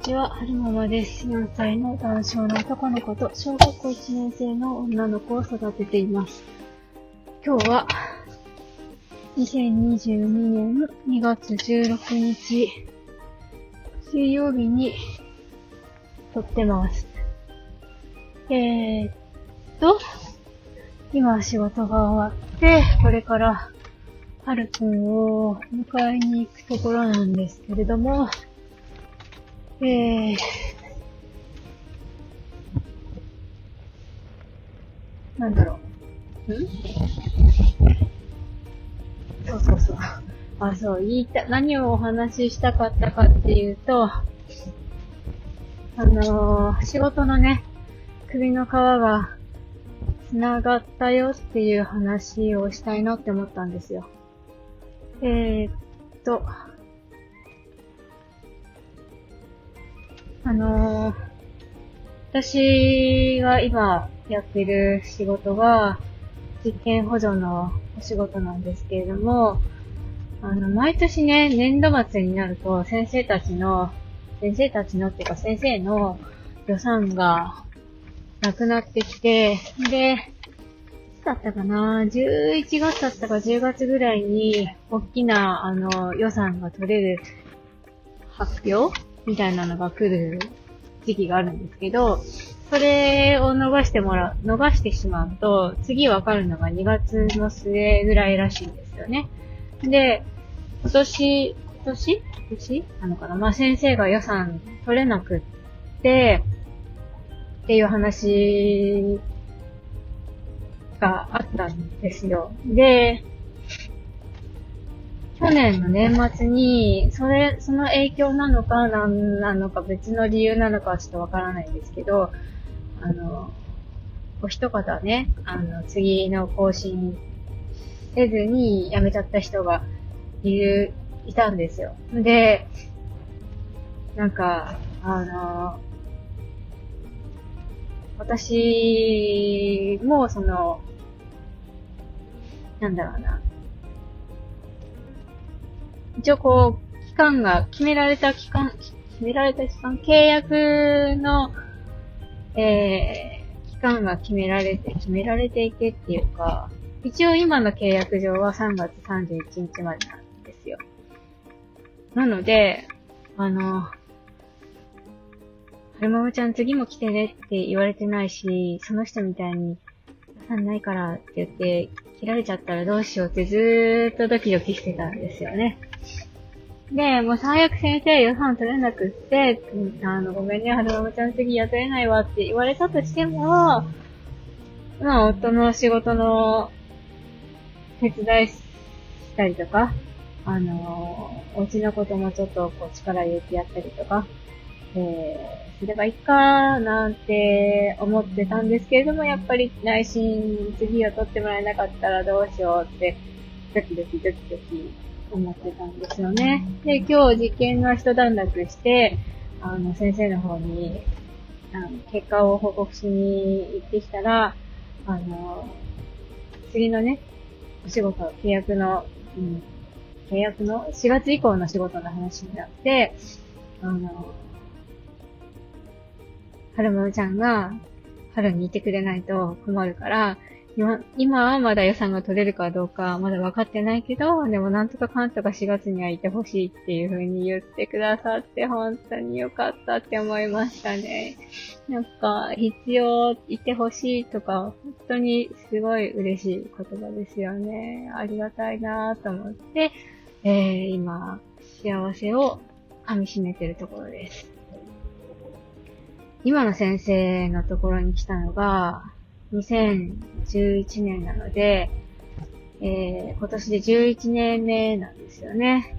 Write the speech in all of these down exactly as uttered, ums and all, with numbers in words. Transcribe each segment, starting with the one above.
ちは、はるままです。よんさいの男性の男の子と小学校いちねん生の女の子を育てています。今日は、にせんにじゅうにねんにがつじゅうろくにち、水曜日に撮ってます。えーっと、今仕事が終わって、これから、はるくんを迎えに行くところなんですけれども、えー、なんだろう。んそうそうそう。あ、そう、言いた、何をお話ししたかったかっていうと、あのー、仕事のね、首の皮が繋がったよっていう話をしたいなって思ったんですよ。えーっと、あのー、私が今やってる仕事が実験補助のお仕事なんですけれども、あの、毎年ね、年度末になると先生たちの、先生たちのっていうか先生の予算がなくなってきて、で、いつだったかな ?じゅういちがつだったかじゅうがつぐらいに、大きな、あの、予算が取れる発表みたいなのが来る時期があるんですけど、それを逃してもらう、逃してしまうと、次わかるのがにがつの末ぐらいらしいんですよね。で、今年、今年今年なのかなまあ、先生が予算取れなくって、っていう話があったんですよ。で、去年の年末に、それ、その影響なのか、なんなのか、別の理由なのかはちょっとわからないんですけど、あの、お一方ね、あの、次の更新せずに辞めちゃった人がいる、いたんですよ。で、なんか、あの、私も、その、なんだろうな。一応こう、期間が、決められた期間、決められた期間、契約の、えー、期間が決められて、決められていてっていうか、一応今の契約上はさんがつさんじゅういちにちまでなんですよ。なので、あの、はるままちゃん次も来てねって言われてないし、その人みたいに、予算ないからって言って、切られちゃったらどうしようってずーっとドキドキしてたんですよね。で、もう最悪先生予算取れなくって、あの、ごめんね、はるままちゃん次雇えないわって言われたとしても、まあ、夫の仕事の手伝いしたりとか、あの、お家のこともちょっとこう力入れてやったりとか、えー、すればいいかなんて思ってたんですけれども、やっぱり内心次を取ってもらえなかったらどうしようって、ドキドキドキドキ思ってたんですよね。で、今日実験が一段落して、あの、先生の方に、あの、結果を報告しに行ってきたら、あの、次のね、お仕事、契約の、うん、契約のしがつ以降の仕事の話になって、あの、はるまるちゃんが春にいてくれないと困るから、今、今はまだ予算が取れるかどうかまだ分かってないけど、でもなんとかかんとかしがつにはいてほしいっていう風に言ってくださって本当に良かったって思いましたね。なんか、必要いてほしいとか、本当にすごい嬉しい言葉ですよね。ありがたいなぁと思って、えー、今、幸せを噛み締めてるところです。今の先生のところに来たのが、にせんじゅういちねんなので、えー、今年でじゅういちねんめなんですよね。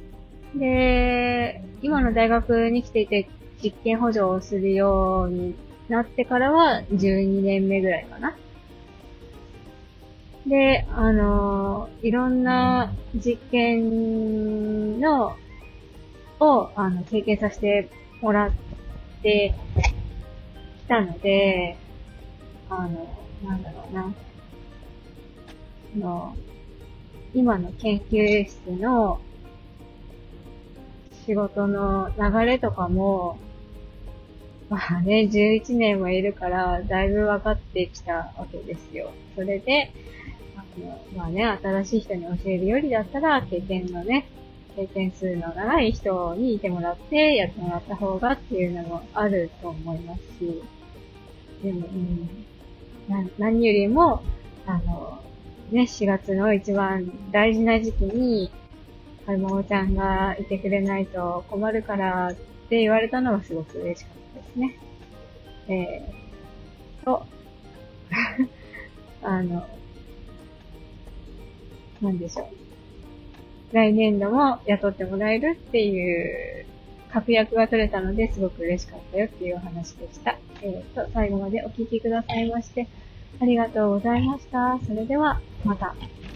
で、今の大学に来ていて実験補助をするようになってからはじゅうにねんめぐらいかな。で、あのー、いろんな実験の、を、あの、経験させてもらってきたので、あの、なんだろうな。の、今の研究室の仕事の流れとかも、 まあね、じゅういちねんもいるから、だいぶ分かってきたわけですよ。それで、あの、まあね、新しい人に教えるよりだったら、経験のね、経験数の長い人にいてもらって、やってもらった方がっていうのもあると思いますし、でも、うん、な何よりも、あの、ね、しがつの一番大事な時期に、はるまごちゃんがいてくれないと困るからって言われたのがすごく嬉しかったですね。えー、と、あの、なんでしょう。来年度も雇ってもらえるっていう確約が取れたのですごく嬉しかったよっていうお話でした。えー、と、最後までお聞きくださいましてありがとうございました。それでは、また。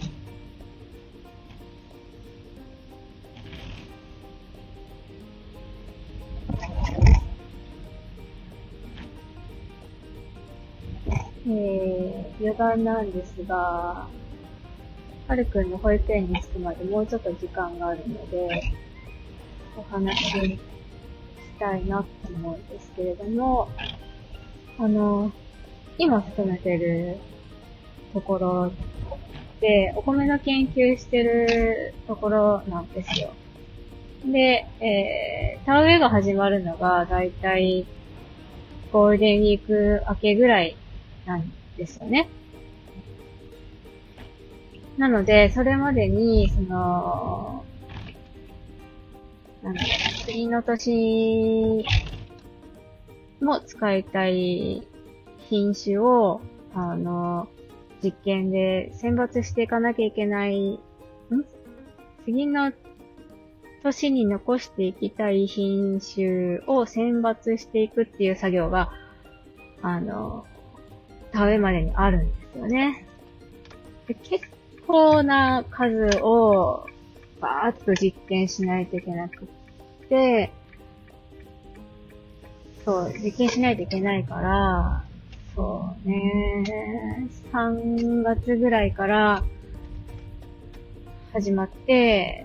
えー、余談なんですが、はるくんの保育園に着くまでもうちょっと時間があるので、お話ししたいなと思うんですけれども、あの、今勤めてるところで、お米の研究してるところなんですよ。で、えー、田植えが始まるのがだいたいゴールデンウィーク明けぐらいなんですよね。なので、それまでに、その、なんだろう、次の年も使いたい品種を、あの、実験で選抜していかなきゃいけない、ん次の年に残していきたい品種を選抜していくっていう作業が、あの、田植えまでにあるんですよね。で結構な数をバーッと実験しないといけなくって、そう、実験しないといけないから、そうね、さんがつぐらいから始まって、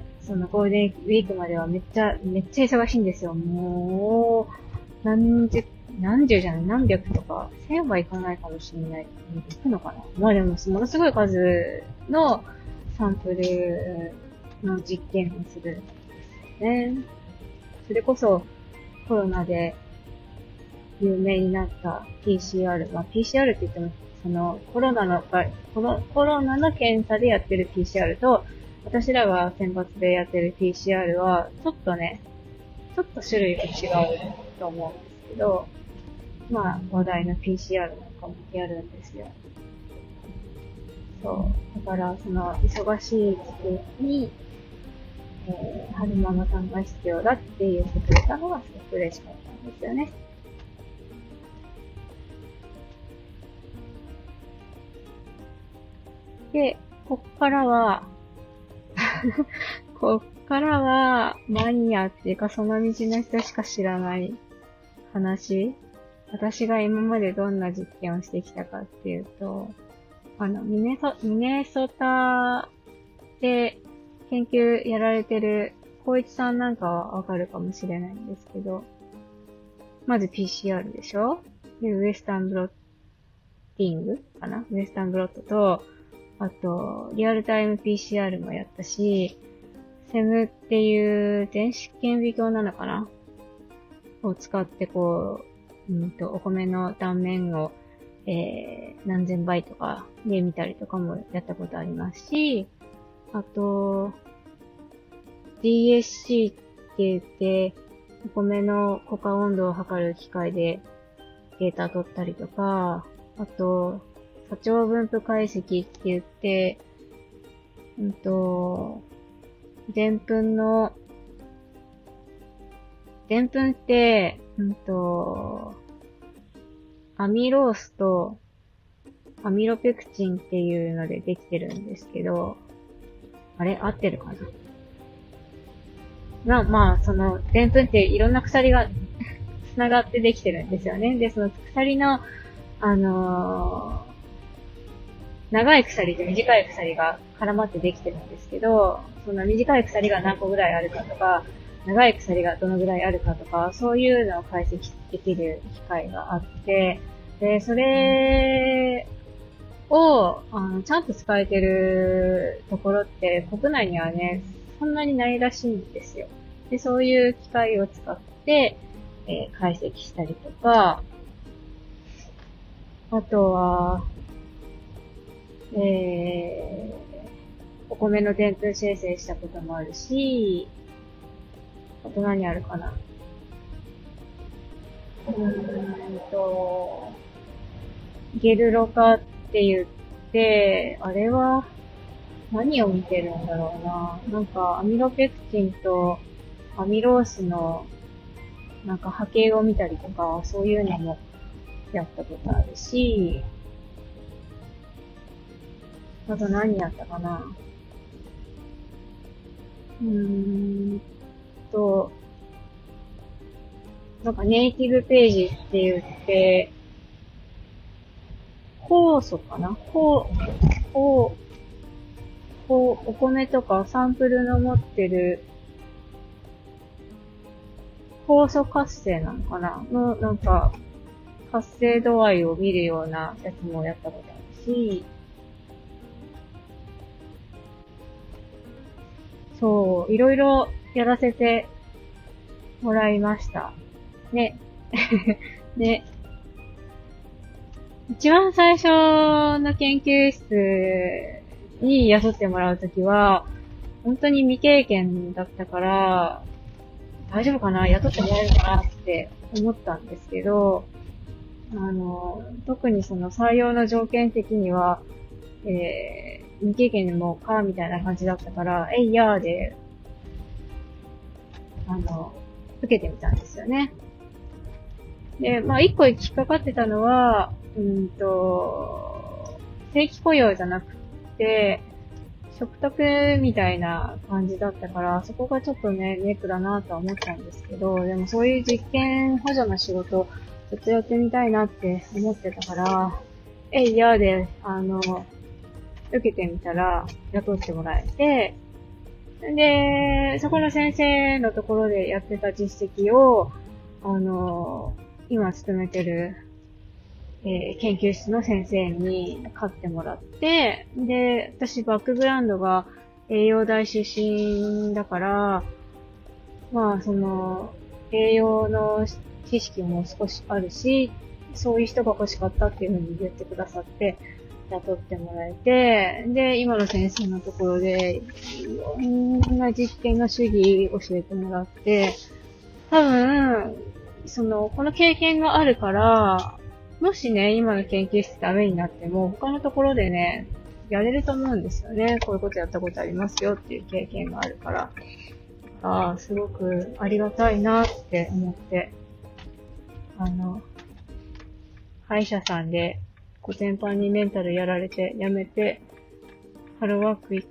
そのゴールデンウィークまではめっちゃ、めっちゃ忙しいんですよ。もう、何十、何十じゃない、何百とか、千はいかないかもしれない。いくのかな。まあでも、ものすごい数のサンプルの実験をするんですよね。それこそ、コロナで有名になった ピーシーアール。まあ ピーシーアール って言っても、その、コロナの、コロ、コロナの検査でやってる ピーシーアール と、私らが選抜でやってる ピーシーアール は、ちょっとね、ちょっと種類が違うと思うんですけど、まあ、話題の ピーシーアール なんかもやるんですよ。そう。だから、その、忙しい時期に、えー、春ママさんが必要だって言ってくれたのがすごく嬉しかったんですよね。で、こっからは、こっからは、マニアっていうかその道の人しか知らない話。私が今までどんな実験をしてきたかっていうと、あの、ミネソ、ミネソタで研究やられてる小一さんなんかはわかるかもしれないんですけど、まず ピーシーアール でしょ？で、ウエスタンブロッティングかな？ウエスタンブロットと、あと、リアルタイム ピーシーアール もやったし、セムっていう電子顕微鏡なのかなを使ってこう、うんと、お米の断面を、えー、何千倍とかで見たりとかもやったことありますし、あと、ディーエスシー って言って、お米の固化温度を測る機械でデータ取ったりとか、あと、波長分布解析って言って、うんと、でんぷんの、でんぷんって、うんと、アミロースとアミロペクチンっていうのでできてるんですけど、あれ合ってるかな？まあ、まあ、その、でんぷんっていろんな鎖が繋がってできてるんですよね。で、その鎖の、あのー、長い鎖と短い鎖が絡まってできてるんですけど、その短い鎖が何個ぐらいあるかとか、 長い鎖がどのぐらいあるかとか、そういうのを解析できる機会があって、で、それを、あの、ちゃんと使えてるところって国内にはね、そんなにないらしいんですよ。で、そういう機械を使って、えー、解析したりとか、あとは、えー、お米のでんぷん生成したこともあるし、あと何あるかな。うーんと、ゲルロ化って言って、あれは何を見てるんだろうな。なんかアミロペクチンとアミロースのなんか波形を見たりとか、そういうのもやったことあるし、あと何やったかな。うーんと、なんかネイティブページって言って、酵素かな酵、酵、酵、お米とかサンプルの持ってる酵素活性なのかなの、なんか、活性度合いを見るようなやつもやったことあるし、そう、いろいろやらせてもらいました。ね。で、一番最初の研究室に雇ってもらうときは、本当に未経験だったから、大丈夫かな雇ってもらえるかなって思ったんですけど、あの、特にその採用の条件的には、えー、未経験でもか、みたいな感じだったから、えいやーで、あの、受けてみたんですよね。で、まあ、一個引っかかってたのは、うんと、正規雇用じゃなくて、嘱託みたいな感じだったから、そこがちょっとね、ネックだなとは思ったんですけど、でもそういう実験補助の仕事、ちょっとやってみたいなって思ってたから、えいやーで、あの、受けてみたら、雇ってもらえて、で、そこの先生のところでやってた実績を、あの、今勤めてる、えー、研究室の先生に買ってもらって、で、私バックグラウンドが栄養大出身だから、まあ、その、栄養の知識も少しあるし、そういう人が欲しかったっていうふうに言ってくださって、雇ってもらえて、で、今の先生のところで、いろんな実験の主義教えてもらって、多分、その、この経験があるから、もしね、今の研究室ダメになっても、他のところでね、やれると思うんですよね。こういうことやったことありますよっていう経験があるから。ああ、すごくありがたいなって思って、あの、歯医者さんで、コテンパンにメンタルやられて辞めて、ハローワーク行って、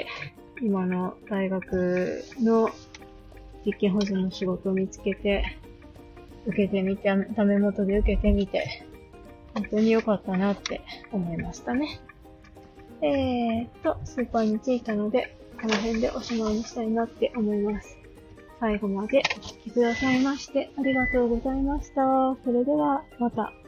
今の大学の実験補助の仕事を見つけて、受けてみて、ダメ元で受けてみて、本当に良かったなって思いましたね。えーっと、スーパーに着いたので、この辺でおしまいにしたいなって思います。最後までお聞きくださいましてありがとうございました。それではまた。